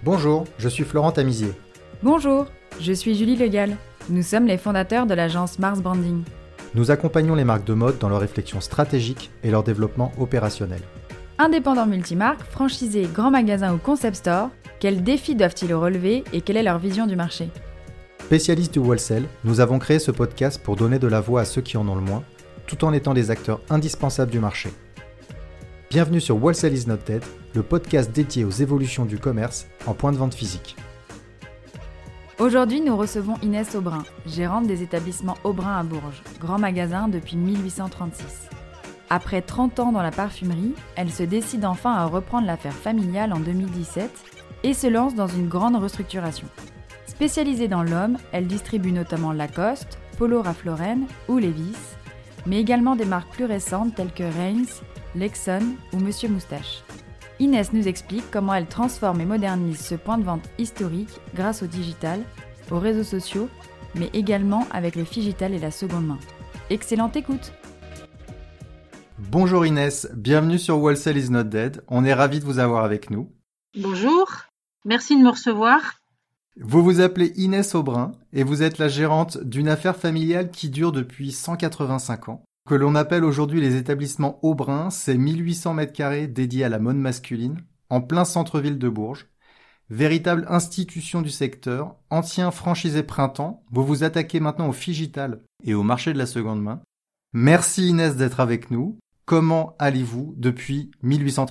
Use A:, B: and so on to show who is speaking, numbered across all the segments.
A: Bonjour, je suis Florent Tamizier.
B: Bonjour, je suis Julie Legal. Nous sommes les fondateurs de l'agence Mars Branding.
A: Nous accompagnons les marques de mode dans leur réflexion stratégique et leur développement opérationnel.
B: Indépendants multimarques, franchisés, grands magasins ou concept stores, quels défis doivent-ils relever et quelle est leur vision du marché ?
A: Spécialistes du wholesale, nous avons créé ce podcast pour donner de la voix à ceux qui en ont le moins, tout en étant des acteurs indispensables du marché. Bienvenue sur Wholesale is not dead, le podcast dédié aux évolutions du commerce en point de vente physique.
B: Aujourd'hui, nous recevons Inès Aubrin, gérante des établissements Aubrin à Bourges, grand magasin depuis 1836. Après 30 ans dans la parfumerie, elle se décide enfin à reprendre l'affaire familiale en 2017 et se lance dans une grande restructuration. Spécialisée dans l'homme, elle distribue notamment Lacoste, Polo Ralph Lauren ou Levi's, mais également des marques plus récentes telles que Reims, Lexon ou Monsieur Moustache. Inès nous explique comment elle transforme et modernise ce point de vente historique grâce au digital, aux réseaux sociaux, mais également avec le phygital et la seconde main. Excellente écoute!
A: Bonjour Inès, bienvenue sur Wholesale is not dead, on est ravis de vous avoir avec nous.
C: Bonjour, merci de me recevoir.
A: Vous vous appelez Inès Aubrin et vous êtes la gérante d'une affaire familiale qui dure depuis 185 ans. Que l'on appelle aujourd'hui les établissements Aubrin, c'est 1800 m² dédiés à la mode masculine, en plein centre-ville de Bourges. Véritable institution du secteur, ancien franchisé Printemps, vous vous attaquez maintenant au phygital et au marché de la seconde main. Merci Inès d'être avec nous. Comment allez-vous depuis 1836 ?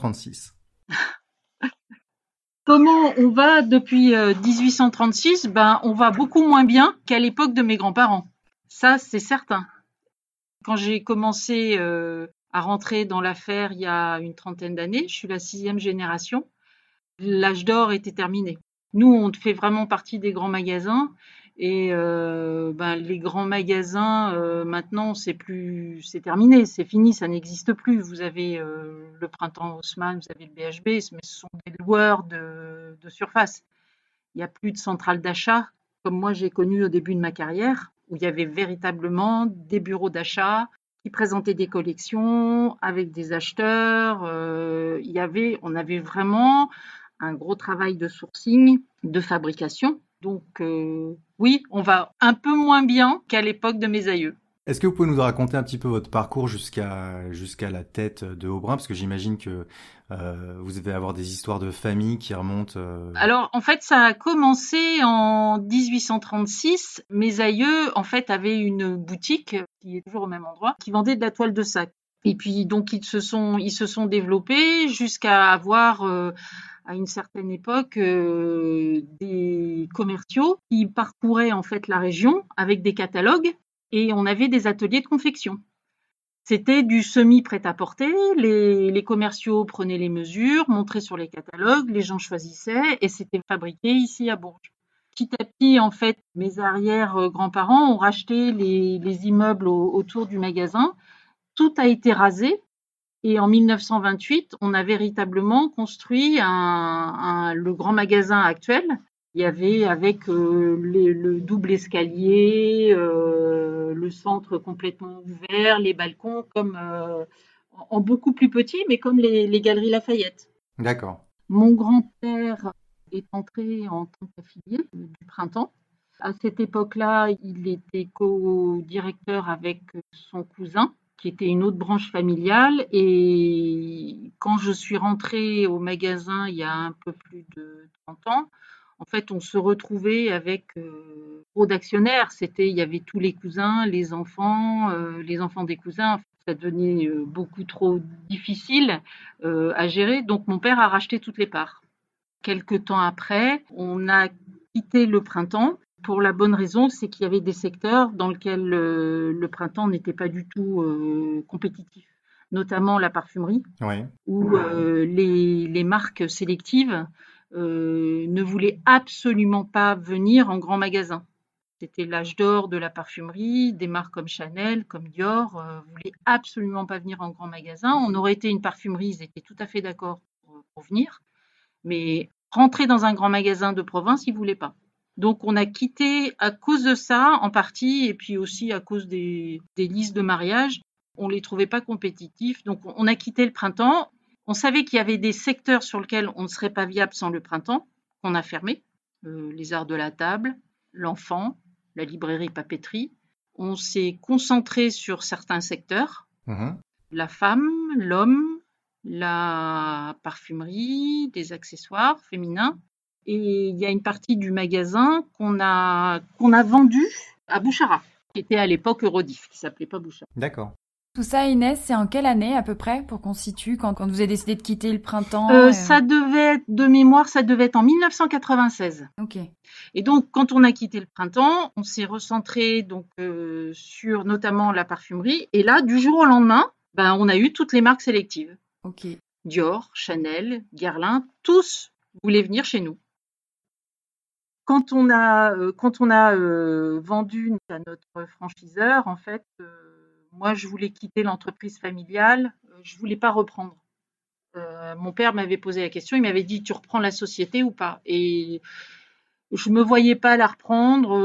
C: Comment on va depuis 1836 ? On va beaucoup moins bien qu'à l'époque de mes grands-parents. Ça, c'est certain. Quand j'ai commencé à rentrer dans l'affaire il y a une trentaine d'années, je suis la 6e génération, l'âge d'or était terminé. Nous, on fait vraiment partie des grands magasins et les grands magasins, maintenant, c'est terminé, c'est fini, ça n'existe plus. Vous avez le Printemps Haussmann, vous avez le BHB, mais ce sont des loueurs de surface. Il n'y a plus de centrale d'achat, comme moi j'ai connu au début de ma carrière, où il y avait véritablement des bureaux d'achat qui présentaient des collections avec des acheteurs. On avait vraiment un gros travail de sourcing, de fabrication. Donc oui, on va un peu moins bien qu'à l'époque de mes aïeux.
A: Est-ce que vous pouvez nous raconter un petit peu votre parcours jusqu'à la tête de Aubrin ? Parce que j'imagine que vous devez avoir des histoires de famille qui remontent.
C: Alors, en fait, ça a commencé en 1836. Mes aïeux, en fait, avaient une boutique qui est toujours au même endroit, qui vendait de la toile de sac. Et puis, donc, ils se sont développés jusqu'à avoir, à une certaine époque, des commerciaux qui parcouraient, en fait, la région avec des catalogues. Et on avait des ateliers de confection. C'était du semi-prêt-à-porter, les commerciaux prenaient les mesures, montraient sur les catalogues, les gens choisissaient et c'était fabriqué ici à Bourges. Petit à petit, en fait, mes arrière-grands-parents ont racheté les immeubles autour du magasin. Tout a été rasé et en 1928, on a véritablement construit le grand magasin actuel. Il y avait avec le double escalier, le centre complètement ouvert, les balcons comme en beaucoup plus petit, mais comme les Galeries Lafayette.
A: D'accord.
C: Mon grand-père est entré en tant qu'affilié du Printemps. À cette époque-là, il était co-directeur avec son cousin, qui était une autre branche familiale. Et quand je suis rentrée au magasin il y a un peu plus de 30 ans, en fait, on se retrouvait avec trop d'actionnaires. Il y avait tous les cousins, les enfants des cousins. Ça devenait beaucoup trop difficile à gérer. Donc, mon père a racheté toutes les parts. Quelque temps après, on a quitté le Printemps pour la bonne raison, c'est qu'il y avait des secteurs dans lesquels le Printemps n'était pas du tout compétitif, notamment la parfumerie, où les marques sélectives ne voulaient absolument pas venir en grand magasin. C'était l'âge d'or de la parfumerie, des marques comme Chanel, comme Dior, voulaient absolument pas venir en grand magasin. On aurait été une parfumerie, ils étaient tout à fait d'accord pour venir, mais rentrer dans un grand magasin de province, ils voulaient pas. Donc on a quitté à cause de ça en partie, et puis aussi à cause des listes de mariage. On les trouvait pas compétitifs, donc on a quitté le Printemps. On savait qu'il y avait des secteurs sur lesquels on ne serait pas viable sans le Printemps, qu'on a fermés, les arts de la table, l'enfant, la librairie papeterie. On s'est concentré sur certains secteurs,
A: Mhm.
C: la femme, l'homme, la parfumerie, des accessoires féminins. Et il y a une partie du magasin qu'on a vendu à Bouchara, qui était à l'époque Eurodif, qui s'appelait pas Bouchara.
A: D'accord.
B: Tout ça, Inès, c'est en quelle année à peu près pour qu'on situe quand vous avez décidé de quitter le printemps
C: Ça devait être, de mémoire, ça devait être en 1996.
B: Ok.
C: Et donc, quand on a quitté le printemps, on s'est recentré donc sur notamment la parfumerie. Et là, du jour au lendemain, on a eu toutes les marques sélectives.
B: Ok.
C: Dior, Chanel, Guerlain, tous voulaient venir chez nous. Quand on a vendu à notre franchiseur, en fait, moi, je voulais quitter l'entreprise familiale. Je voulais pas reprendre. Mon père m'avait posé la question. Il m'avait dit, tu reprends la société ou pas? Et je me voyais pas la reprendre.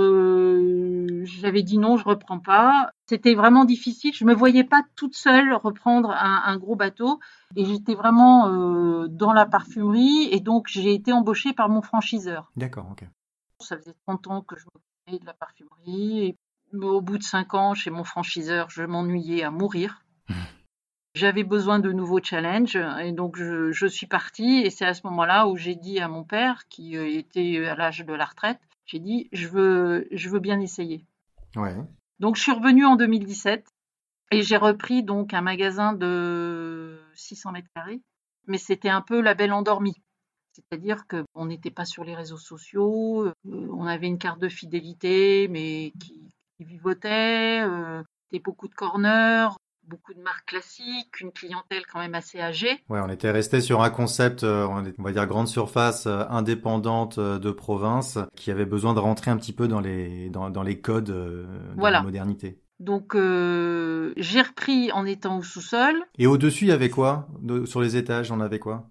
C: J'avais dit non, je reprends pas. C'était vraiment difficile. Je me voyais pas toute seule reprendre un gros bateau. Et j'étais vraiment dans la parfumerie. Et donc, j'ai été embauchée par mon franchiseur.
A: D'accord, ok.
C: Ça faisait 30 ans que je m'occupais de la parfumerie. Et au bout de 5 ans, chez mon franchiseur, je m'ennuyais à mourir. J'avais besoin de nouveaux challenges et donc je suis partie et c'est à ce moment-là où j'ai dit à mon père, qui était à l'âge de la retraite, j'ai dit je veux bien essayer.
A: Ouais.
C: Donc je suis revenue en 2017 et j'ai repris donc un magasin de 600 mètres carrés, mais c'était un peu la belle endormie. C'est-à-dire qu'on n'était pas sur les réseaux sociaux, on avait une carte de fidélité, mais qui vivotait, c'était beaucoup de corners, beaucoup de marques classiques, une clientèle quand même assez âgée.
A: Ouais, on était resté sur un concept, on va dire grande surface indépendante de province, qui avait besoin de rentrer un petit peu dans les codes de
C: Voilà.
A: la modernité.
C: Donc j'ai repris en étant au sous-sol.
A: Et au-dessus, il y avait quoi? Sur les étages, on avait quoi?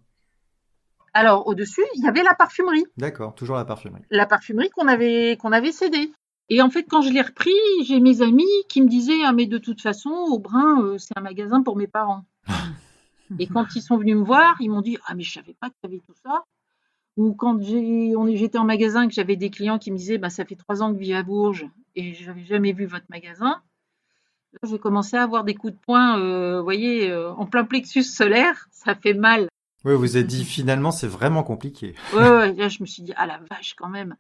C: Alors au-dessus, il y avait la parfumerie.
A: D'accord, toujours la parfumerie.
C: La parfumerie qu'on avait cédée. Et en fait, quand je l'ai repris, j'ai mes amis qui me disaient ah mais de toute façon, Aubrin, c'est un magasin pour mes parents. Et quand ils sont venus me voir, ils m'ont dit ah mais je savais pas que tu avais tout ça. Ou quand j'étais en magasin, que j'avais des clients qui me disaient ça fait 3 ans que je vis à Bourges et je n'avais jamais vu votre magasin. Là, j'ai commencé à avoir des coups de poing, vous voyez, en plein plexus solaire, ça fait mal.
A: Oui, vous avez dit finalement, c'est vraiment compliqué.
C: Ouais, là je me suis dit ah la vache quand même,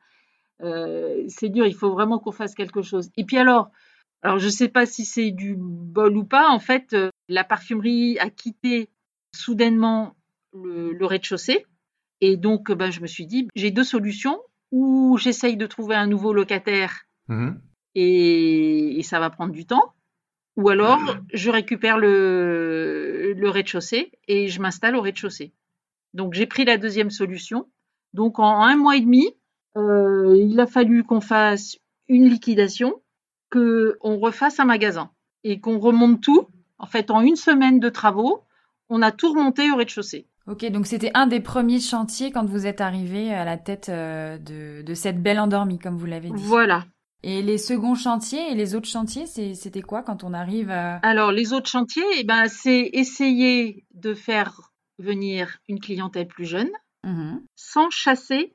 C: c'est dur, il faut vraiment qu'on fasse quelque chose. Et puis alors je sais pas si c'est du bol ou pas, en fait, la parfumerie a quitté soudainement le rez-de-chaussée. Et donc, je me suis dit, j'ai 2 solutions. Ou j'essaye de trouver un nouveau locataire
A: Mhm.
C: et ça va prendre du temps. Ou alors, je récupère le rez-de-chaussée et je m'installe au rez-de-chaussée. Donc, j'ai pris la deuxième solution. Donc, en 1 mois et demi, il a fallu qu'on fasse une liquidation, qu'on refasse un magasin et qu'on remonte tout. En fait, en 1 semaine de travaux, on a tout remonté au rez-de-chaussée.
B: Ok, donc c'était un des premiers chantiers quand vous êtes arrivé à la tête de cette belle endormie, comme vous l'avez dit.
C: Voilà.
B: Et les seconds chantiers et les autres chantiers, c'était quoi quand on arrive à...
C: Alors, les autres chantiers, c'est essayer de faire venir une clientèle plus jeune, sans chasser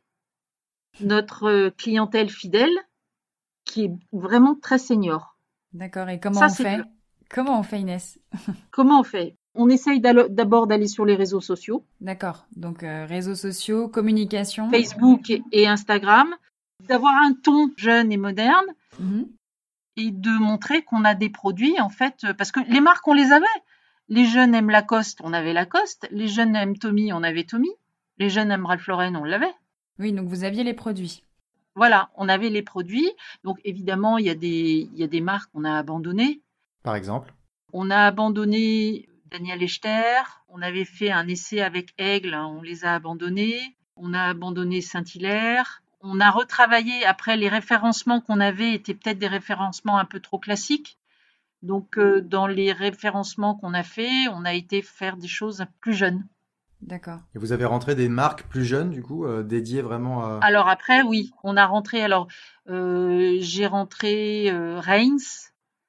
C: notre clientèle fidèle, qui est vraiment très senior.
B: D'accord, et comment
C: Ça,
B: on
C: c'est
B: fait?
C: dur.
B: Comment on fait, Inès?
C: Comment on fait? On essaye d'abord d'aller sur les réseaux sociaux,
B: D'accord, donc réseaux sociaux, communication.
C: Facebook et Instagram, d'avoir un ton jeune et moderne,
B: Mhm.
C: et de montrer qu'on a des produits, en fait, parce que les marques, on les avait. Les jeunes aiment Lacoste, on avait Lacoste. Les jeunes aiment Tommy, on avait Tommy. Les jeunes aiment Ralph Lauren, on l'avait.
B: Oui, donc vous aviez les produits.
C: Voilà, on avait les produits. Donc évidemment, il y a des marques qu'on a abandonnées.
A: Par exemple.
C: On a abandonné Daniel Echter. On avait fait un essai avec Aigle, on les a abandonnés. On a abandonné Saint-Hilaire. On a retravaillé. Après, les référencements qu'on avait étaient peut-être des référencements un peu trop classiques. Donc, dans les référencements qu'on a fait, on a été faire des choses plus jeunes.
B: D'accord.
A: Et vous avez rentré des marques plus jeunes, du coup, dédiées vraiment à...
C: Alors après, oui, on a rentré. Alors, j'ai rentré Reigns,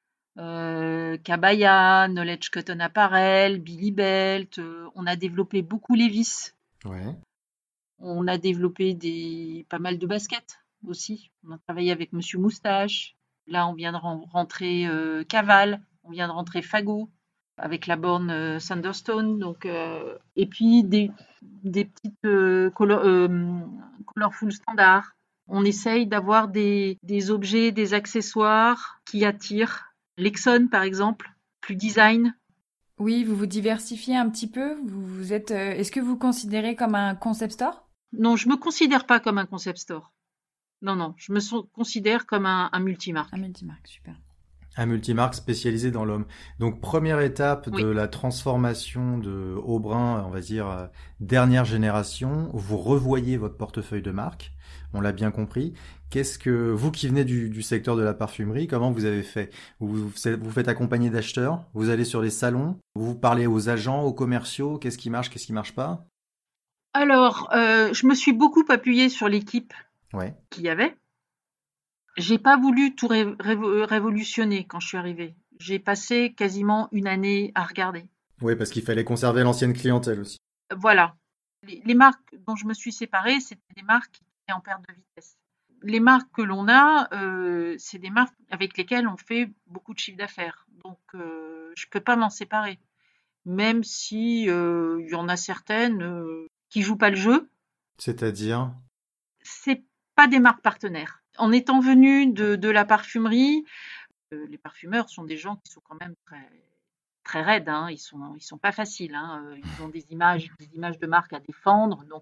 C: Cabaya, Knowledge Cotton Apparel, Billy Belt. On a développé beaucoup Levi's.
A: Ouais.
C: On a développé pas mal de baskets aussi. On a travaillé avec Monsieur Moustache. Là, on vient de rentrer Caval. On vient de rentrer Fagot avec la borne Thunderstone. Donc, et puis des petites colorful standards. On essaye d'avoir des objets, des accessoires qui attirent. Lexon, par exemple, plus design.
B: Oui, vous vous diversifiez un petit peu. Vous êtes. Est-ce que vous considérez comme un concept store?
C: Non, je me considère pas comme un concept store. Non, je me considère comme un multimarque.
B: Un multimarque, super.
A: Un multimarque spécialisé dans l'homme. Donc, première étape
C: Oui.
A: de la transformation de Aubrun, on va dire, dernière génération, vous revoyez votre portefeuille de marque. On l'a bien compris. Qu'est-ce que, vous qui venez du secteur de la parfumerie, comment vous avez fait? Vous faites accompagner d'acheteurs? Vous allez sur les salons? Vous parlez aux agents, aux commerciaux? Qu'est-ce qui marche pas?
C: Alors, je me suis beaucoup appuyée sur l'équipe
A: Ouais.
C: qu'il y avait. J'ai pas voulu tout révolutionner quand je suis arrivée. J'ai passé quasiment une année à regarder.
A: Oui, parce qu'il fallait conserver l'ancienne clientèle aussi.
C: Voilà. Les marques dont je me suis séparée, c'était des marques qui étaient en perte de vitesse. Les marques que l'on a, c'est des marques avec lesquelles on fait beaucoup de chiffre d'affaires. Donc, je peux pas m'en séparer. Même si y en a certaines qui jouent pas le jeu.
A: C'est-à-dire?
C: C'est pas des marques partenaires. En étant venus de la parfumerie, les parfumeurs sont des gens qui sont quand même très raides. Hein. Ils sont pas faciles. Hein. Ils ont des images de marque à défendre. Donc,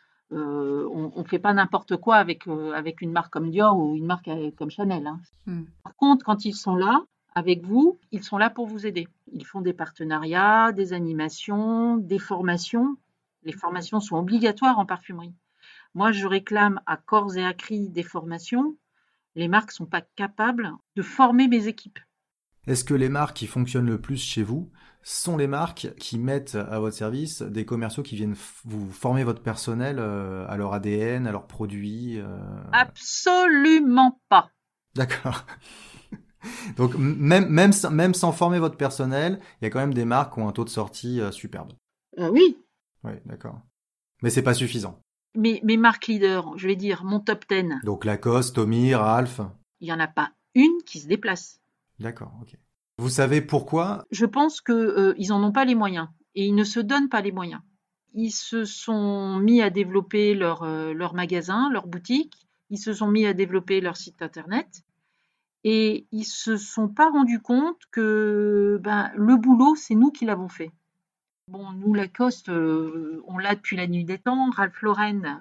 C: on fait pas n'importe quoi avec une marque comme Dior ou une marque comme Chanel. Hein. Par contre, quand ils sont là avec vous, ils sont là pour vous aider. Ils font des partenariats, des animations, des formations. Les formations sont obligatoires en parfumerie. Moi, je réclame à corps et à cri des formations. Les marques ne sont pas capables de former mes équipes.
A: Est-ce que les marques qui fonctionnent le plus chez vous sont les marques qui mettent à votre service des commerciaux qui viennent vous former votre personnel à leur ADN, à leurs produits
C: Absolument pas.
A: D'accord. Donc même sans former votre personnel, il y a quand même des marques qui ont un taux de sortie superbe.
C: Oui.
A: Oui, d'accord. Mais c'est pas suffisant.
C: Mes marques leaders, je vais dire mon top 10.
A: Donc Lacoste, Tommy, Ralph.
C: Il n'y en a pas une qui se déplace.
A: D'accord, ok. Vous savez pourquoi?
C: Je pense qu'ils n'en ont pas les moyens et ils ne se donnent pas les moyens. Ils se sont mis à développer leur magasin, leur boutique. Ils se sont mis à développer leur site internet. Et ils se sont pas rendus compte que le boulot, c'est nous qui l'avons fait. Bon, nous, Lacoste, on l'a depuis la nuit des temps. Ralph Lauren,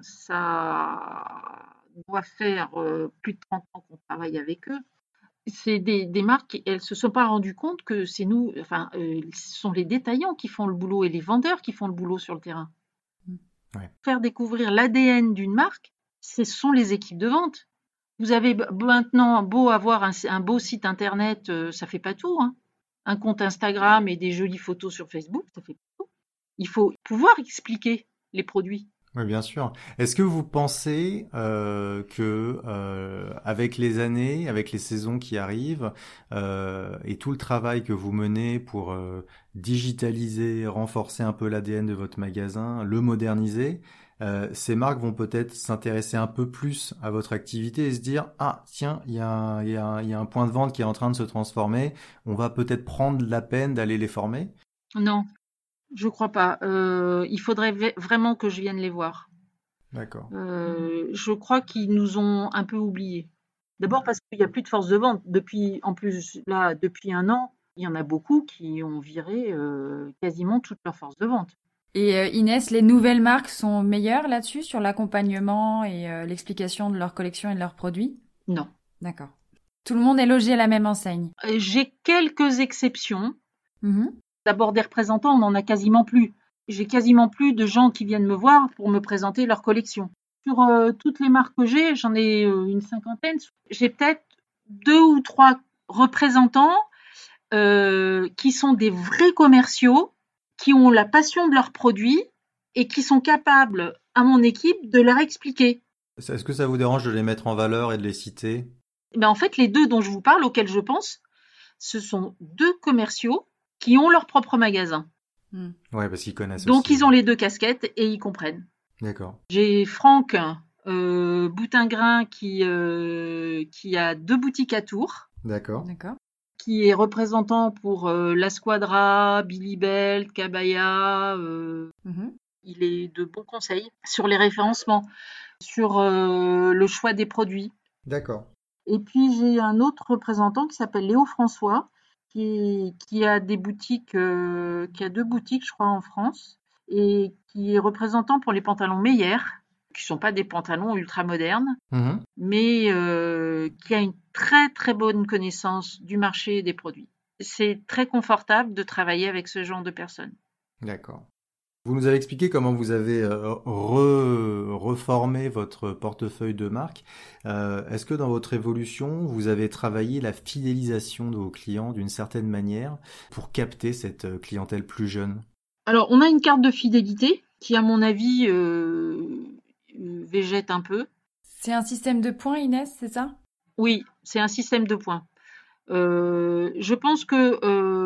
C: ça doit faire plus de 30 ans qu'on travaille avec eux. C'est des marques, elles se sont pas rendues compte que c'est nous, ce sont les détaillants qui font le boulot et les vendeurs qui font le boulot sur le terrain.
A: Ouais.
C: Faire découvrir l'ADN d'une marque, ce sont les équipes de vente. Vous avez maintenant beau avoir un beau site internet, ça fait pas tout. Hein. Un compte Instagram et des jolies photos sur Facebook, ça fait pas tout. Il faut pouvoir expliquer les produits.
A: Oui, bien sûr. Est-ce que vous pensez que avec les années, avec les saisons qui arrivent et tout le travail que vous menez pour digitaliser, renforcer un peu l'ADN de votre magasin, le moderniser, ces marques vont peut-être s'intéresser un peu plus à votre activité et se dire « Ah, tiens, il y a un point de vente qui est en train de se transformer, on va peut-être prendre la peine d'aller les former ?»
C: Non, je crois pas. Il faudrait vraiment que je vienne les voir.
A: D'accord.
C: Je crois qu'ils nous ont un peu oubliés. D'abord parce qu'il n'y a plus de force de vente. Depuis un an, il y en a beaucoup qui ont viré quasiment toute leur force de vente.
B: Et Inès, les nouvelles marques sont meilleures là-dessus, sur l'accompagnement et l'explication de leur collection et de leurs produits?
C: Non.
B: D'accord. Tout le monde est logé à la même enseigne?
C: J'ai quelques exceptions. D'abord, des représentants, on n'en a quasiment plus. J'ai quasiment plus de gens qui viennent me voir pour me présenter leur collection. Sur toutes les marques que j'ai, j'en ai une cinquantaine. J'ai peut-être 2 ou 3 représentants qui sont des vrais commerciaux, qui ont la passion de leurs produits et qui sont capables, à mon équipe, de leur expliquer.
A: Est-ce que ça vous dérange de les mettre en valeur et de les citer?
C: En fait, les 2 dont je vous parle, auxquels je pense, ce sont 2 commerciaux qui ont leur propre magasin.
A: Ouais, parce qu'ils connaissent
C: Donc,
A: aussi.
C: ils ont les 2 casquettes et ils comprennent.
A: D'accord.
C: J'ai Franck Boutingrin qui a 2 boutiques à Tours,
A: D'accord.
B: D'accord.
C: qui est représentant pour La Squadra, Bilibel, Cabaya.
B: Mhm.
C: Il est de bons conseils sur les référencements, sur le choix des produits.
A: D'accord.
C: Et puis j'ai un autre représentant qui s'appelle Léo François, qui a des boutiques, qui a 2 boutiques, je crois, en France, et qui est représentant pour les pantalons Meyer, qui sont pas des pantalons ultra modernes,
A: Mhm.
C: mais qui a une très très bonne connaissance du marché et des produits. C'est très confortable de travailler avec ce genre de personnes.
A: D'accord. Vous nous avez expliqué comment vous avez reformé votre portefeuille de marque. Est-ce que dans votre évolution, vous avez travaillé la fidélisation de vos clients d'une certaine manière pour capter cette clientèle plus jeune?
C: Alors, on a une carte de fidélité qui, à mon avis, végète un peu.
B: C'est un système de points, Inès, c'est ça?
C: Oui, c'est un système de points. Je pense que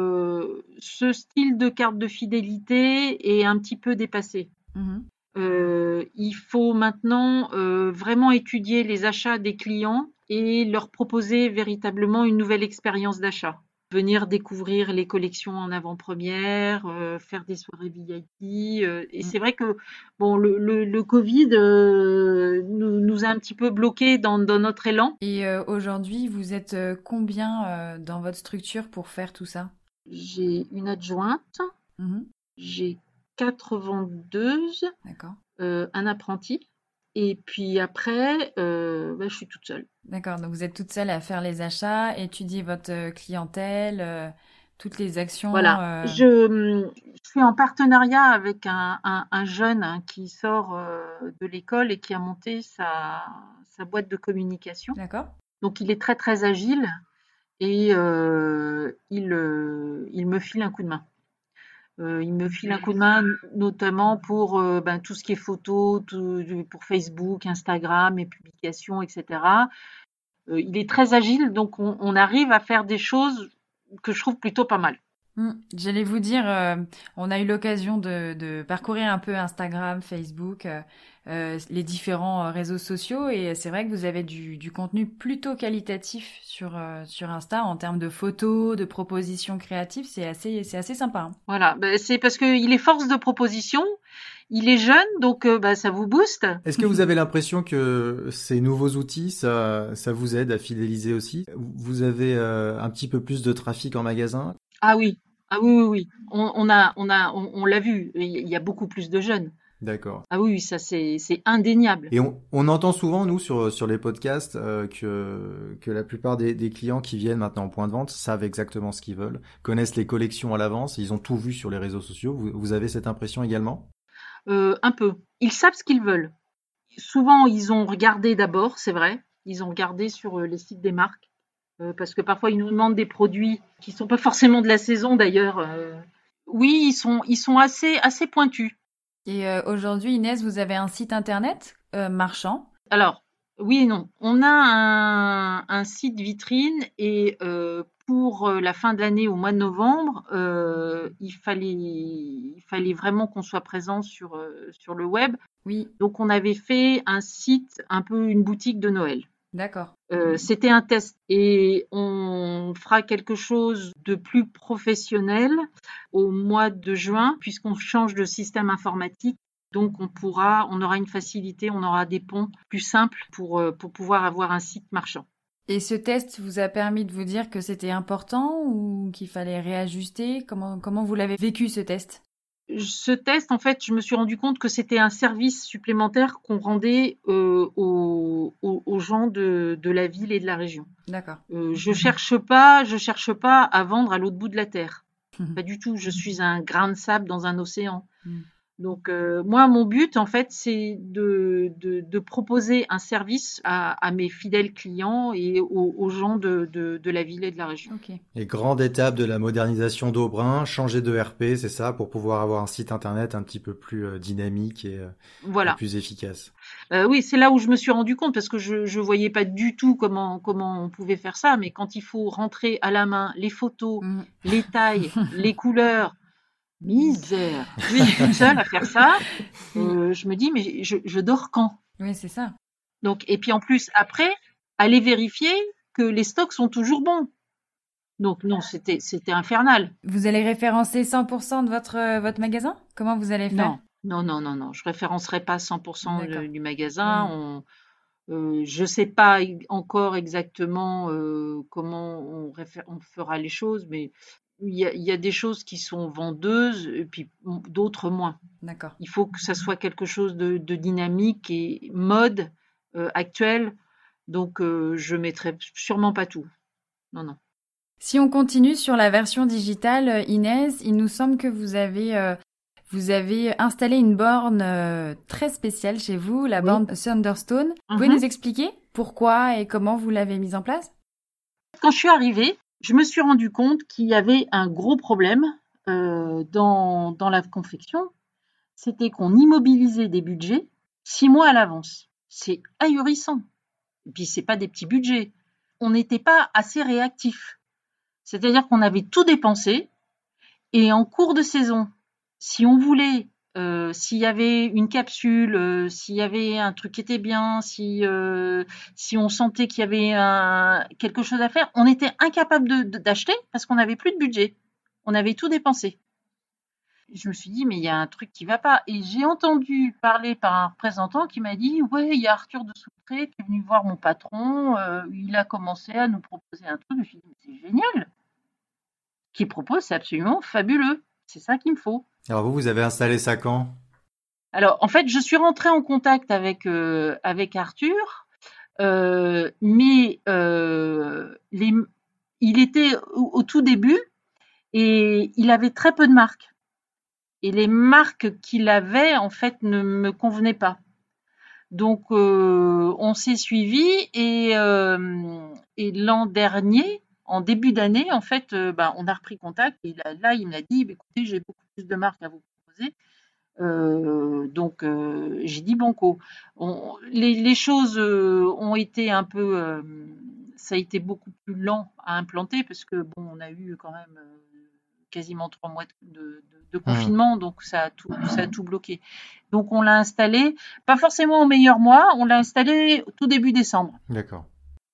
C: ce style de carte de fidélité est un petit peu dépassé.
B: Mhm.
C: Il faut maintenant vraiment étudier les achats des clients et leur proposer véritablement une nouvelle expérience d'achat. Venir découvrir les collections en avant-première, faire des soirées VIP. Et
B: Mm.
C: c'est vrai que bon, le Covid nous a un petit peu bloqués dans notre élan.
B: Et aujourd'hui, vous êtes combien dans votre structure pour faire tout ça?
C: J'ai une adjointe,
B: Mhm.
C: j'ai 4 vendeuses,
B: D'accord.
C: un apprenti, et puis après, je suis toute seule.
B: D'accord, donc vous êtes toute seule à faire les achats, étudier votre clientèle, toutes les actions.
C: Voilà. Je suis en partenariat avec un jeune hein, qui sort de l'école et qui a monté sa boîte de communication.
B: D'accord?
C: Donc il est très très agile et il me file un coup de main. Il me file un coup de main notamment pour tout ce qui est photo, pour Facebook, Instagram, mes publications, etc. Il est très agile, donc on arrive à faire des choses que je trouve plutôt pas mal.
B: J'allais vous dire, on a eu l'occasion de parcourir un peu Instagram, Facebook, les différents réseaux sociaux, et c'est vrai que vous avez du contenu plutôt qualitatif sur Insta en termes de photos, de propositions créatives, c'est assez sympa, hein.
C: Voilà, c'est parce qu'il est force de proposition, il est jeune, donc ça vous booste.
A: Est-ce que vous avez l'impression que ces nouveaux outils, ça vous aide à fidéliser aussi? Vous avez un petit peu plus de trafic en magasin?
C: Ah oui, ah oui, oui, oui. On l'a vu, il y a beaucoup plus de jeunes.
A: D'accord.
C: Ah oui, ça c'est indéniable.
A: Et on entend souvent, nous, sur les podcasts, que la plupart des clients qui viennent maintenant en point de vente savent exactement ce qu'ils veulent, connaissent les collections à l'avance, ils ont tout vu sur les réseaux sociaux. Vous avez cette impression également?
C: Un peu. Ils savent ce qu'ils veulent. Souvent, ils ont regardé d'abord, c'est vrai. Ils ont regardé sur les sites des marques. Parce que parfois, ils nous demandent des produits qui sont pas forcément de la saison d'ailleurs. Oui, ils sont assez pointus.
B: Et aujourd'hui, Inès, vous avez un site internet marchand.
C: Alors, oui et non. On a un site vitrine et pour la fin de l'année, au mois de novembre, il fallait vraiment qu'on soit présent sur le web.
B: Oui,
C: Donc, on avait fait un site, un peu une boutique de Noël.
B: d'accord.
C: C'était un test et on fera quelque chose de plus professionnel au mois de juin puisqu'on change de système informatique. Donc on aura une facilité, on aura des ponts plus simples pour pouvoir avoir un site marchand.
B: Et ce test vous a permis de vous dire que c'était important ou qu'il fallait réajuster? Comment vous l'avez vécu ce test?
C: Ce test, en fait, je me suis rendu compte que c'était un service supplémentaire qu'on rendait aux gens de la ville et de la région.
B: D'accord.
C: Je cherche pas à vendre à l'autre bout de la terre. Pas du tout. Je suis un grain de sable dans un océan. Donc moi, mon but, en fait, c'est de proposer un service à mes fidèles clients et aux gens de la ville et de la région.
B: Ok.
A: Les grandes étapes de la modernisation d'Aubrin, changer de RP, c'est ça, pour pouvoir avoir un site internet un petit peu plus dynamique et
C: Voilà.
A: plus efficace.
C: Oui, c'est là où je me suis rendu compte parce que je voyais pas du tout comment on pouvait faire ça, mais quand il faut rentrer à la main les photos, les tailles, les couleurs, Misère. Oui, toute seule à faire ça. Je me dis, mais je dors quand?
B: Oui, c'est ça.
C: Donc, et puis en plus, après, aller vérifier que les stocks sont toujours bons. Donc non, c'était infernal.
B: Vous allez référencer 100% de votre magasin? Comment vous allez faire?
C: Non. Je référencerai pas 100%
B: D'accord.
C: du magasin. Je sais pas encore exactement comment on fera les choses, mais il y a des choses qui sont vendeuses et puis d'autres moins.
B: D'accord.
C: Il faut que ça soit quelque chose de dynamique et mode actuel. Donc je mettrai sûrement pas tout. Non.
B: Si on continue sur la version digitale, Inès, il nous semble que vous avez installé une borne très spéciale chez vous, la
C: Oui.
B: borne Thunderstone. Vous pouvez nous expliquer pourquoi et comment vous l'avez mise en place?
C: Quand je suis arrivée, je me suis rendu compte qu'il y avait un gros problème dans la confection. C'était qu'on immobilisait des budgets 6 mois à l'avance. C'est ahurissant. Et puis, c'est pas des petits budgets. On n'était pas assez réactifs. C'est-à-dire qu'on avait tout dépensé et en cours de saison, si on voulait, s'il y avait une capsule, s'il y avait un truc qui était bien, si on sentait qu'il y avait quelque chose à faire, on était incapable d'acheter parce qu'on n'avait plus de budget. On avait tout dépensé. Je me suis dit, mais il y a un truc qui va pas. Et j'ai entendu parler par un représentant qui m'a dit, ouais, il y a Arthur de Soutré qui est venu voir mon patron, il a commencé à nous proposer un truc. Je me suis dit, mais c'est génial. Ce qu'il propose, c'est absolument fabuleux. C'est ça qu'il me faut.
A: Alors vous avez installé ça quand?
C: Alors, en fait, je suis rentrée en contact avec Arthur, mais il était au tout début et il avait très peu de marques. Et les marques qu'il avait, en fait, ne me convenaient pas. Donc, on s'est suivis et l'an dernier, en début d'année, en fait, on a repris contact. Et là il m'a dit, écoutez, j'ai beaucoup plus de marques à vous proposer. Donc, j'ai dit banco. Les choses ont été un peu... ça a été beaucoup plus lent à implanter parce que, bon, on a eu quand même quasiment 3 mois de confinement, donc ça a tout bloqué. Donc, on l'a installé, pas forcément au meilleur mois, on l'a installé tout début décembre.
A: D'accord.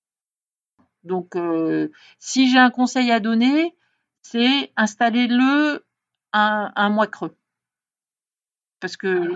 C: Donc, si j'ai un conseil à donner, c'est installez-le un mois creux. Parce que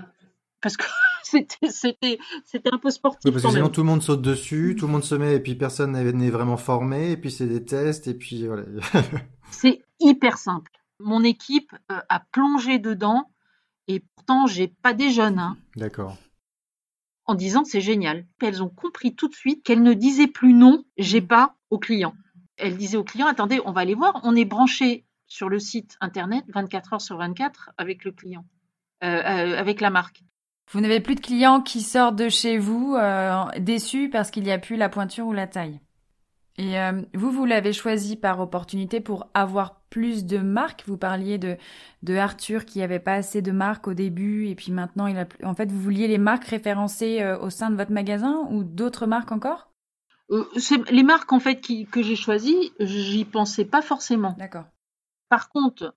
C: c'était un peu sportif
A: Oui, parce que
C: quand
A: sinon
C: même.
A: tout le monde saute dessus, tout le monde se met et puis personne n'est vraiment formé et puis c'est des tests et puis voilà.
C: C'est hyper simple. Mon équipe a plongé dedans et pourtant j'ai pas des jeunes hein,
A: D'accord.
C: en disant c'est génial. Elles ont compris tout de suite qu'elles ne disaient plus non, j'ai pas au client. Elles disaient au client attendez, on va aller voir, on est branché sur le site internet 24 heures sur 24 avec le client, avec la marque.
B: Vous n'avez plus de clients qui sortent de chez vous déçus parce qu'il n'y a plus la pointure ou la taille. Et vous l'avez choisi par opportunité pour avoir plus de marques. Vous parliez de Arthur qui avait pas assez de marques au début et puis maintenant il a plus... En fait, vous vouliez les marques référencées au sein de votre magasin ou d'autres marques encore?
C: Les marques en fait que j'ai choisies, j'y pensais pas forcément.
B: D'accord.
C: Par contre,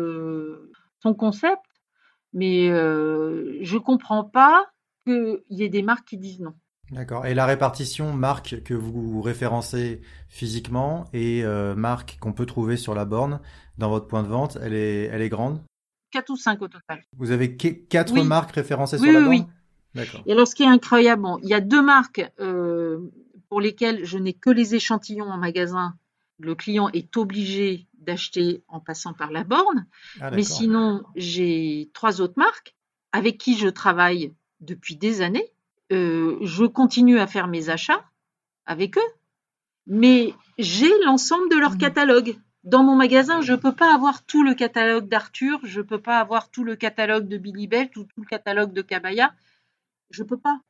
C: son concept, mais je comprends pas qu'il y ait des marques qui disent non.
A: D'accord. Et la répartition marque que vous référencez physiquement et marque qu'on peut trouver sur la borne dans votre point de vente, elle est grande?
C: 4 ou 5 au total.
A: Vous avez 4
C: Oui.
A: marques référencées
C: Oui,
A: sur la
C: oui,
A: borne?
C: oui.
A: D'accord.
C: Et alors, ce qui est incroyable, bon, il y a 2 marques pour lesquelles je n'ai que les échantillons en magasin. Le client est obligé d'acheter en passant par la borne.
A: Ah,
C: Mais
A: d'accord.
C: sinon, j'ai 3 autres marques avec qui je travaille depuis des années. Je continue à faire mes achats avec eux, mais j'ai l'ensemble de leur catalogue. Dans mon magasin, je ne peux pas avoir tout le catalogue d'Arthur, je ne peux pas avoir tout le catalogue de Billy Belt ou tout le catalogue de Cabaya. Je ne peux pas.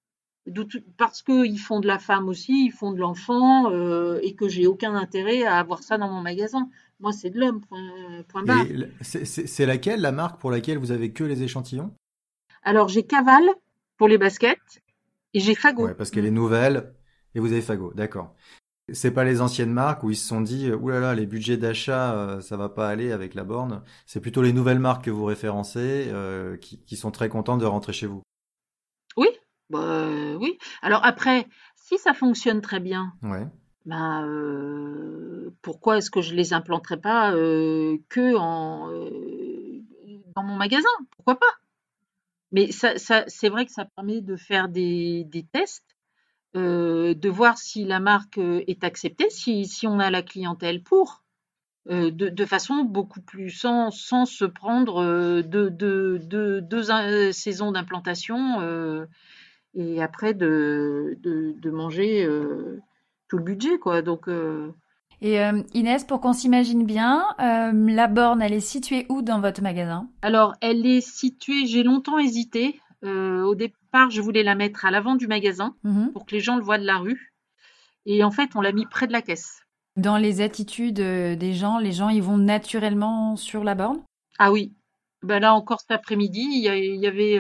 C: Parce qu'ils font de la femme aussi, ils font de l'enfant, et que j'ai aucun intérêt à avoir ça dans mon magasin. Moi, c'est de l'homme, point barre.
A: Et c'est laquelle la marque pour laquelle vous avez que les échantillons?
C: Alors, j'ai Caval pour les baskets et j'ai Fago.
A: Ouais, parce qu'elle est nouvelle et vous avez Fago, d'accord. C'est pas les anciennes marques où ils se sont dit ouh là là, les budgets d'achat, ça va pas aller avec la borne. C'est plutôt les nouvelles marques que vous référencez qui sont très contentes de rentrer chez vous.
C: Oui, oui. Alors après, si ça fonctionne très bien,
A: Ouais.
C: ben, pourquoi est-ce que je les implanterais pas que dans mon magasin? Pourquoi pas? Mais c'est vrai que ça permet de faire des tests, de voir si la marque est acceptée, si on a la clientèle pour, de façon beaucoup plus sans se prendre deux saisons d'implantation et après de manger tout le budget, quoi. Donc,
B: Et Inès, pour qu'on s'imagine bien, la borne, elle est située où dans votre magasin?
C: alors, elle est située, j'ai longtemps hésité. Au départ, je voulais la mettre à l'avant du magasin
B: Mhm.
C: pour que les gens le voient de la rue. Et en fait, on l'a mis près de la caisse.
B: Dans les attitudes des gens, les gens, ils vont naturellement sur la borne?
C: Ah oui, ben là encore cet après-midi, il y avait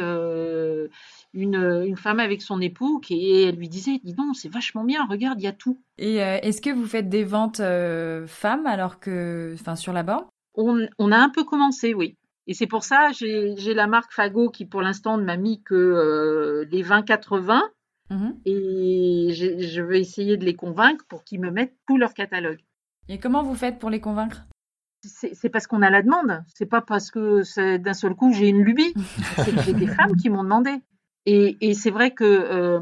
C: une femme avec son époux et elle lui disait, dis donc, c'est vachement bien, regarde, il y a tout.
B: Et est-ce que vous faites des ventes femmes enfin, sur la borne?
C: On a un peu commencé, oui. Et c'est pour ça, j'ai la marque Fago qui pour l'instant ne m'a mis que les 20-80
B: Mhm.
C: et je vais essayer de les convaincre pour qu'ils me mettent tout leur catalogue.
B: Et comment vous faites pour les convaincre?
C: C'est parce qu'on a la demande, c'est pas parce que d'un seul coup j'ai une lubie, c'est que j'ai des femmes qui m'ont demandé. Et c'est vrai que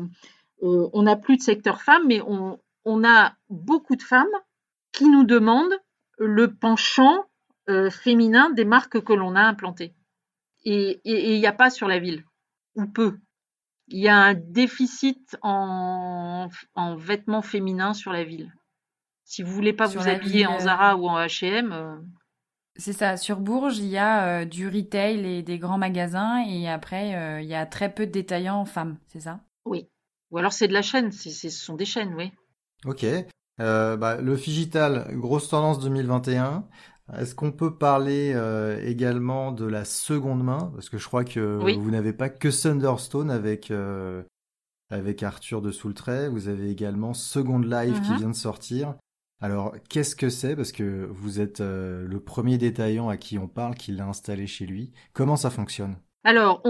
C: on n'a plus de secteur femmes, mais on a beaucoup de femmes qui nous demandent le penchant féminin des marques que l'on a implantées. Et il n'y a pas sur la ville, ou peu. Il y a un déficit en vêtements féminins sur la ville. Si vous voulez pas
B: Sur
C: vous
B: la
C: habiller
B: ville,
C: en Zara ou en H&M,
B: c'est ça. Sur Bourges, il y a du retail et des grands magasins, et après, il y a très peu de détaillants femmes, c'est ça?
C: oui. Ou alors c'est de la chaîne, ce sont des chaînes, oui.
A: Ok. Le Figital, grosse tendance 2021. Est-ce qu'on peut parler également de la seconde main? Parce que je crois que
C: Oui.
A: vous n'avez pas que Thunderstone avec Arthur de Soultray. Vous avez également Second Life qui
B: Mhm.
A: vient de sortir. Alors, qu'est-ce que c'est? Parce que vous êtes le premier détaillant à qui on parle, qui l'a installé chez lui. Comment ça fonctionne?
C: Alors,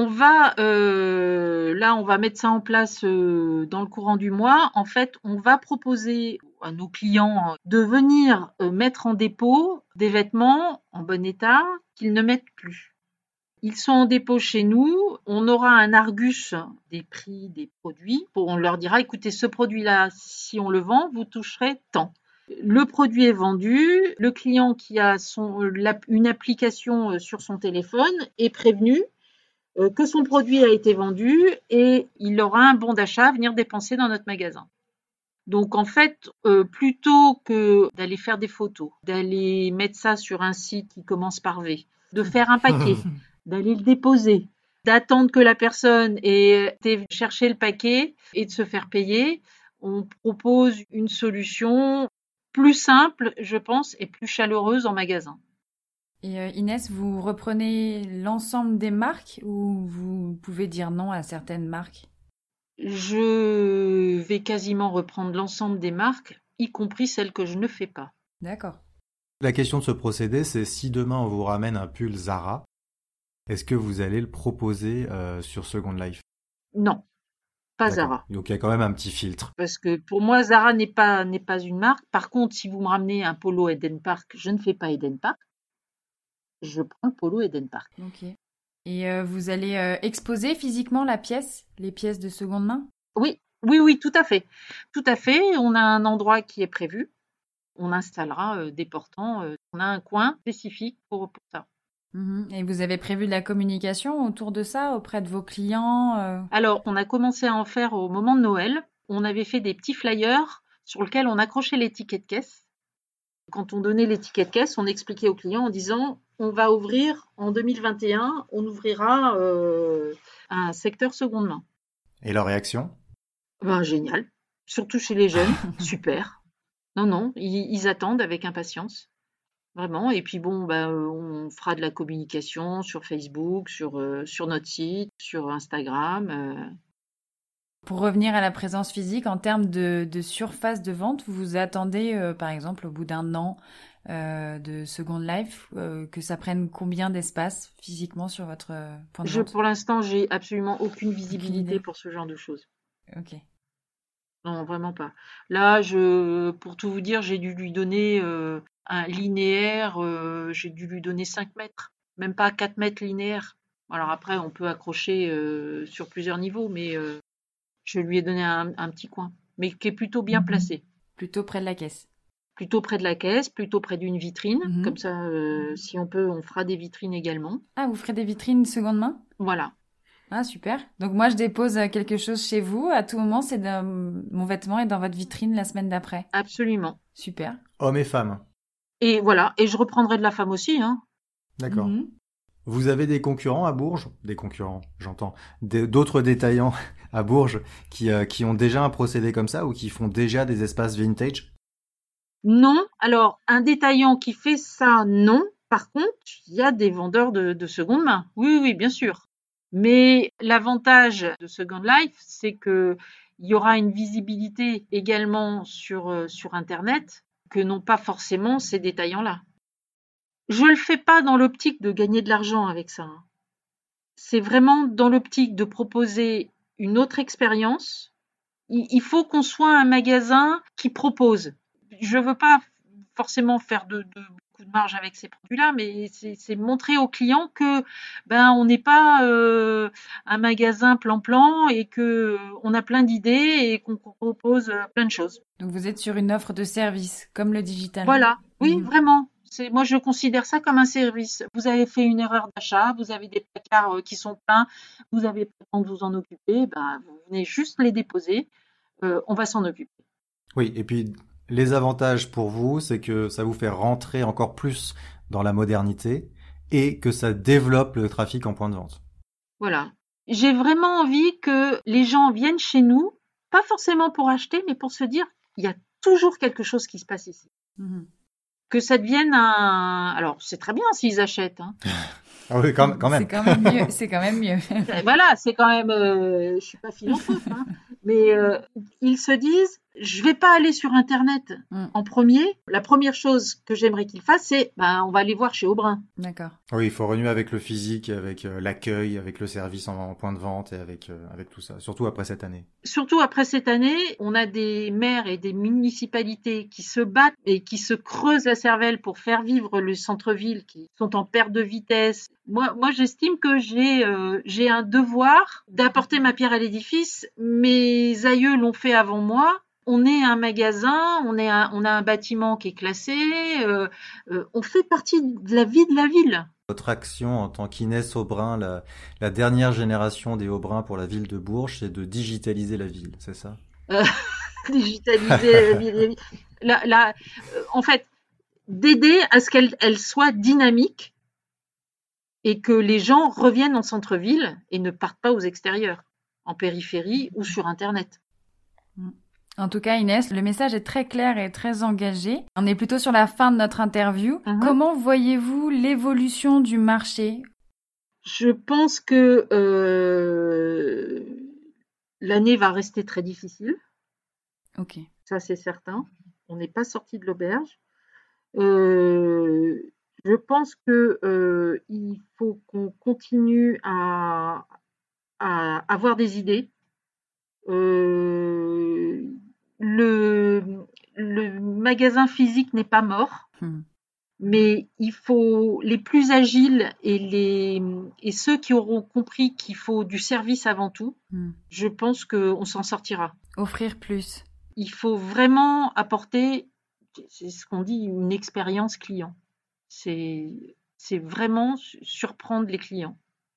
C: on va mettre ça en place dans le courant du mois. En fait, on va proposer à nos clients de venir mettre en dépôt des vêtements en bon état qu'ils ne mettent plus. Ils sont en dépôt chez nous. On aura un argus des prix des produits. On leur dira, écoutez, ce produit-là, si on le vend, vous toucherez tant. Le produit est vendu. Le client qui a une application sur son téléphone est prévenu que son produit a été vendu et il aura un bon d'achat à venir dépenser dans notre magasin. Donc en fait, plutôt que d'aller faire des photos, d'aller mettre ça sur un site qui commence par V, de faire un paquet, d'aller le déposer, d'attendre que la personne ait été chercher le paquet et de se faire payer, on propose une solution plus simple, je pense, et plus chaleureuse en magasin.
B: Et Inès, vous reprenez l'ensemble des marques ou vous pouvez dire non à certaines marques?
C: Je vais quasiment reprendre l'ensemble des marques, y compris celles que je ne fais pas.
B: D'accord.
A: La question de ce procédé, c'est si demain on vous ramène un pull Zara, est-ce que vous allez le proposer sur Second Life?
C: Non, pas
A: D'accord.
C: Zara.
A: Donc il y a quand même un petit filtre.
C: Parce que pour moi, Zara n'est pas une marque. Par contre, si vous me ramenez un polo Eden Park, je ne fais pas Eden Park. Je prends le polo Eden Park.
B: Ok. Et vous allez exposer physiquement les pièces de seconde main?
C: Oui, oui, oui, tout à fait. Tout à fait. On a un endroit qui est prévu. On installera des portants. On a un coin spécifique pour ça.
B: Mhm. Et vous avez prévu de la communication autour de ça auprès de vos clients?
C: Alors, on a commencé à en faire au moment de Noël. On avait fait des petits flyers sur lesquels on accrochait les tickets de caisse. Quand on donnait les tickets de caisse, on expliquait aux clients en disant on va ouvrir en 2021, on ouvrira un secteur seconde main.
A: Et leur réaction?
C: Ben, génial, surtout chez les jeunes, super. Non, non, ils attendent avec impatience, vraiment. Et puis bon, ben, on fera de la communication sur Facebook, sur notre site, sur Instagram.
B: Pour revenir à la présence physique, en termes de surface de vente, vous vous attendez, par exemple, au bout d'un an de Second Life, que ça prenne combien d'espace physiquement sur votre point de vente?
C: Pour l'instant, j'ai absolument aucune
B: Aucune
C: visibilité
B: idée.
C: pour ce genre de choses.
B: Ok.
C: Non, vraiment pas. Là, pour tout vous dire, j'ai dû lui donner un linéaire, j'ai dû lui donner 5 mètres, même pas 4 mètres linéaires. Alors après, on peut accrocher sur plusieurs niveaux, mais je lui ai donné un petit coin, mais qui est plutôt bien placé.
B: Plutôt près de la caisse.
C: Plutôt près de la caisse, plutôt près d'une vitrine.
B: Mhm.
C: Comme ça, si on peut, on fera des vitrines également.
B: Ah, vous ferez des vitrines seconde main?
C: Voilà.
B: Ah, super. Donc moi, je dépose quelque chose chez vous. À tout moment, mon vêtement est dans votre vitrine la semaine d'après.
C: Absolument.
B: Super.
A: Hommes et femmes.
C: Et voilà. Et je reprendrai de la femme aussi, hein.
A: D'accord.
B: Mhm.
A: Vous avez des concurrents à Bourges? Des concurrents, j'entends. D'autres détaillants à Bourges qui ont déjà un procédé comme ça ou qui font déjà des espaces vintage?
C: Non. Alors, un détaillant qui fait ça, non. Par contre, il y a des vendeurs de seconde main. Oui, oui, bien sûr. Mais l'avantage de Second Life, c'est que il y aura une visibilité également sur Internet que n'ont pas forcément ces détaillants-là. Je le fais pas dans l'optique de gagner de l'argent avec ça, hein. C'est vraiment dans l'optique de proposer une autre expérience. Il faut qu'on soit un magasin qui propose. Je veux pas forcément faire de beaucoup de marge avec ces produits-là, mais c'est montrer aux clients que on n'est pas un magasin plan-plan et que on a plein d'idées et qu'on propose plein de choses.
B: Donc vous êtes sur une offre de service, comme le digital.
C: Voilà, oui,
B: Mhm.
C: vraiment. Moi, je considère ça comme un service. Vous avez fait une erreur d'achat, vous avez des placards qui sont pleins, vous avez pas le temps de vous en occuper, vous venez juste les déposer, on va s'en occuper.
A: Oui, et puis les avantages pour vous, c'est que ça vous fait rentrer encore plus dans la modernité et que ça développe le trafic en point de vente.
C: Voilà. J'ai vraiment envie que les gens viennent chez nous, pas forcément pour acheter, mais pour se dire, il y a toujours quelque chose qui se passe ici.
B: Mhm.
C: Que ça devienne un... Alors, c'est très bien s'ils achètent, hein.
A: Ah oui, quand même.
B: C'est quand même mieux. C'est quand même mieux.
C: Voilà, c'est quand même... je suis pas philanthrope, hein. Mais ils se disent, je vais pas aller sur Internet en premier. La première chose que j'aimerais qu'ils fassent, c'est, on va aller voir chez Aubrin.
B: D'accord.
A: Oui, il faut renouer avec le physique, avec l'accueil, avec le service en point de vente et avec tout ça, surtout après cette année.
C: Surtout après cette année, on a des maires et des municipalités qui se battent et qui se creusent la cervelle pour faire vivre le centre-ville, qui sont en perte de vitesse. Moi, j'estime que j'ai un devoir d'apporter ma pierre à l'édifice. Mes aïeux l'ont fait avant moi. On est un magasin, on a un bâtiment qui est classé, on fait partie de la vie de la ville.
A: Votre action en tant qu'Inès Aubrin, la dernière génération des Aubrins pour la ville de Bourges, c'est de digitaliser la ville, c'est ça?
C: Digitaliser la ville. En fait, d'aider à ce qu'elle soit dynamique et que les gens reviennent en centre-ville et ne partent pas aux extérieurs, en périphérie ou sur Internet.
B: En tout cas, Inès, le message est très clair et très engagé. On est plutôt sur la fin de notre interview. Comment voyez-vous l'évolution du marché?
C: Je pense que l'année va rester très difficile.
B: Ok.
C: Ça, c'est certain. On n'est pas sorti de l'auberge. Je pense que il faut qu'on continue à avoir des idées. Le magasin physique n'est pas mort, mais il faut les plus agiles et ceux qui auront compris qu'il faut du service avant tout. Je pense qu'on s'en sortira.
B: Offrir plus.
C: Il faut vraiment apporter, c'est ce qu'on dit, une expérience client. C'est vraiment surprendre les clients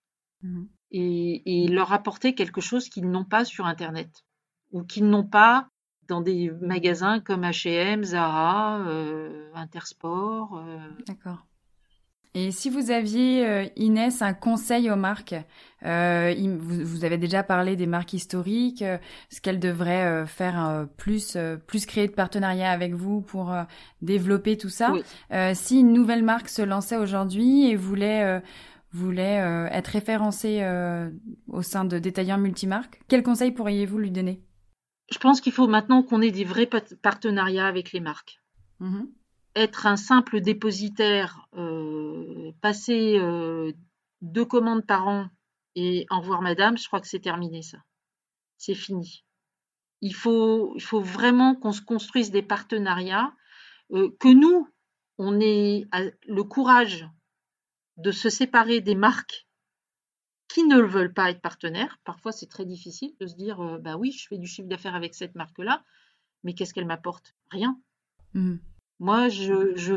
C: et leur apporter quelque chose qu'ils n'ont pas sur Internet ou qu'ils n'ont pas dans des magasins comme H&M, Zara, Intersport.
B: D'accord. Et si vous aviez, Inès, un conseil aux marques, vous avez déjà parlé des marques historiques, ce qu'elles devraient faire plus créer de partenariats avec vous pour développer tout ça.
C: Oui.
B: Si une nouvelle marque se lançait aujourd'hui et voulait voulait être référencé au sein de détaillants multimarques. Quels conseils pourriez-vous lui donner ?
C: Je pense qu'il faut maintenant qu'on ait des vrais partenariats avec les marques. Être un simple dépositaire, passer 2 commandes par an et au revoir madame, je crois que c'est terminé ça. C'est fini. Il faut vraiment qu'on se construise des partenariats, que nous, on ait le courage de se séparer des marques qui ne veulent pas être partenaires. Parfois, c'est très difficile de se dire bah oui, je fais du chiffre d'affaires avec cette marque-là, mais qu'est-ce qu'elle m'apporte ? Rien. Moi, je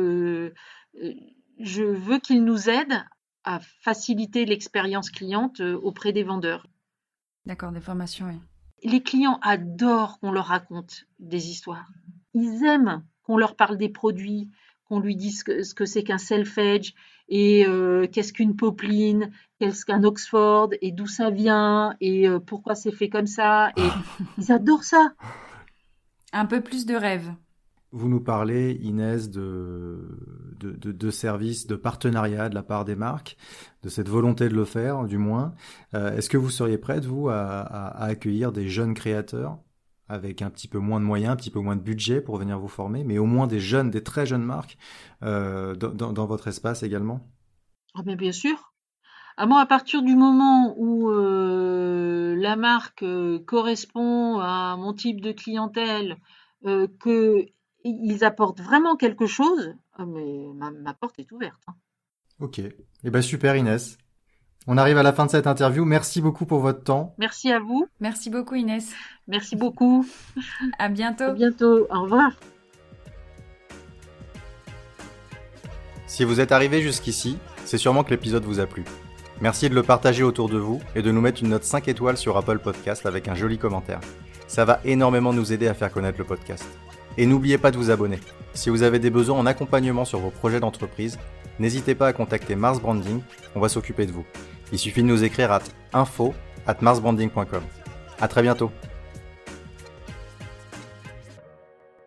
C: veux qu'ils nous aident à faciliter l'expérience cliente auprès des vendeurs.
B: D'accord, des formations, oui.
C: Les clients adorent qu'on leur raconte des histoires. Ils aiment qu'on leur parle des produits, qu'on lui dise ce que c'est qu'un self-edge et qu'est-ce qu'une popeline, qu'est-ce qu'un Oxford et d'où ça vient et pourquoi c'est fait comme ça. Et ils adorent ça.
B: Un peu plus de rêve.
A: Vous nous parlez, Inès, de services, de partenariat de la part des marques, de cette volonté de le faire, du moins. Est-ce que vous seriez prête, vous, à accueillir des jeunes créateurs avec un petit peu moins de moyens, un petit peu moins de budget pour venir vous former, mais au moins des très jeunes marques dans votre espace également ?
C: Ah ben bien sûr. Moi, à partir du moment où la marque correspond à mon type de clientèle, qu'ils apportent vraiment quelque chose, mais ma porte est ouverte.
A: Ok. Eh ben super, Inès. On arrive à la fin de cette interview. Merci beaucoup pour votre temps.
C: Merci à vous.
B: Merci beaucoup, Inès.
C: Merci beaucoup.
B: À bientôt.
C: À bientôt. Au revoir.
A: Si vous êtes arrivé jusqu'ici, c'est sûrement que l'épisode vous a plu. Merci de le partager autour de vous et de nous mettre une note 5 étoiles sur Apple Podcast avec un joli commentaire. Ça va énormément nous aider à faire connaître le podcast. Et n'oubliez pas de vous abonner. Si vous avez des besoins en accompagnement sur vos projets d'entreprise, n'hésitez pas à contacter Mars Branding, on va s'occuper de vous. Il suffit de nous écrire à info@marsbranding.com. À très bientôt.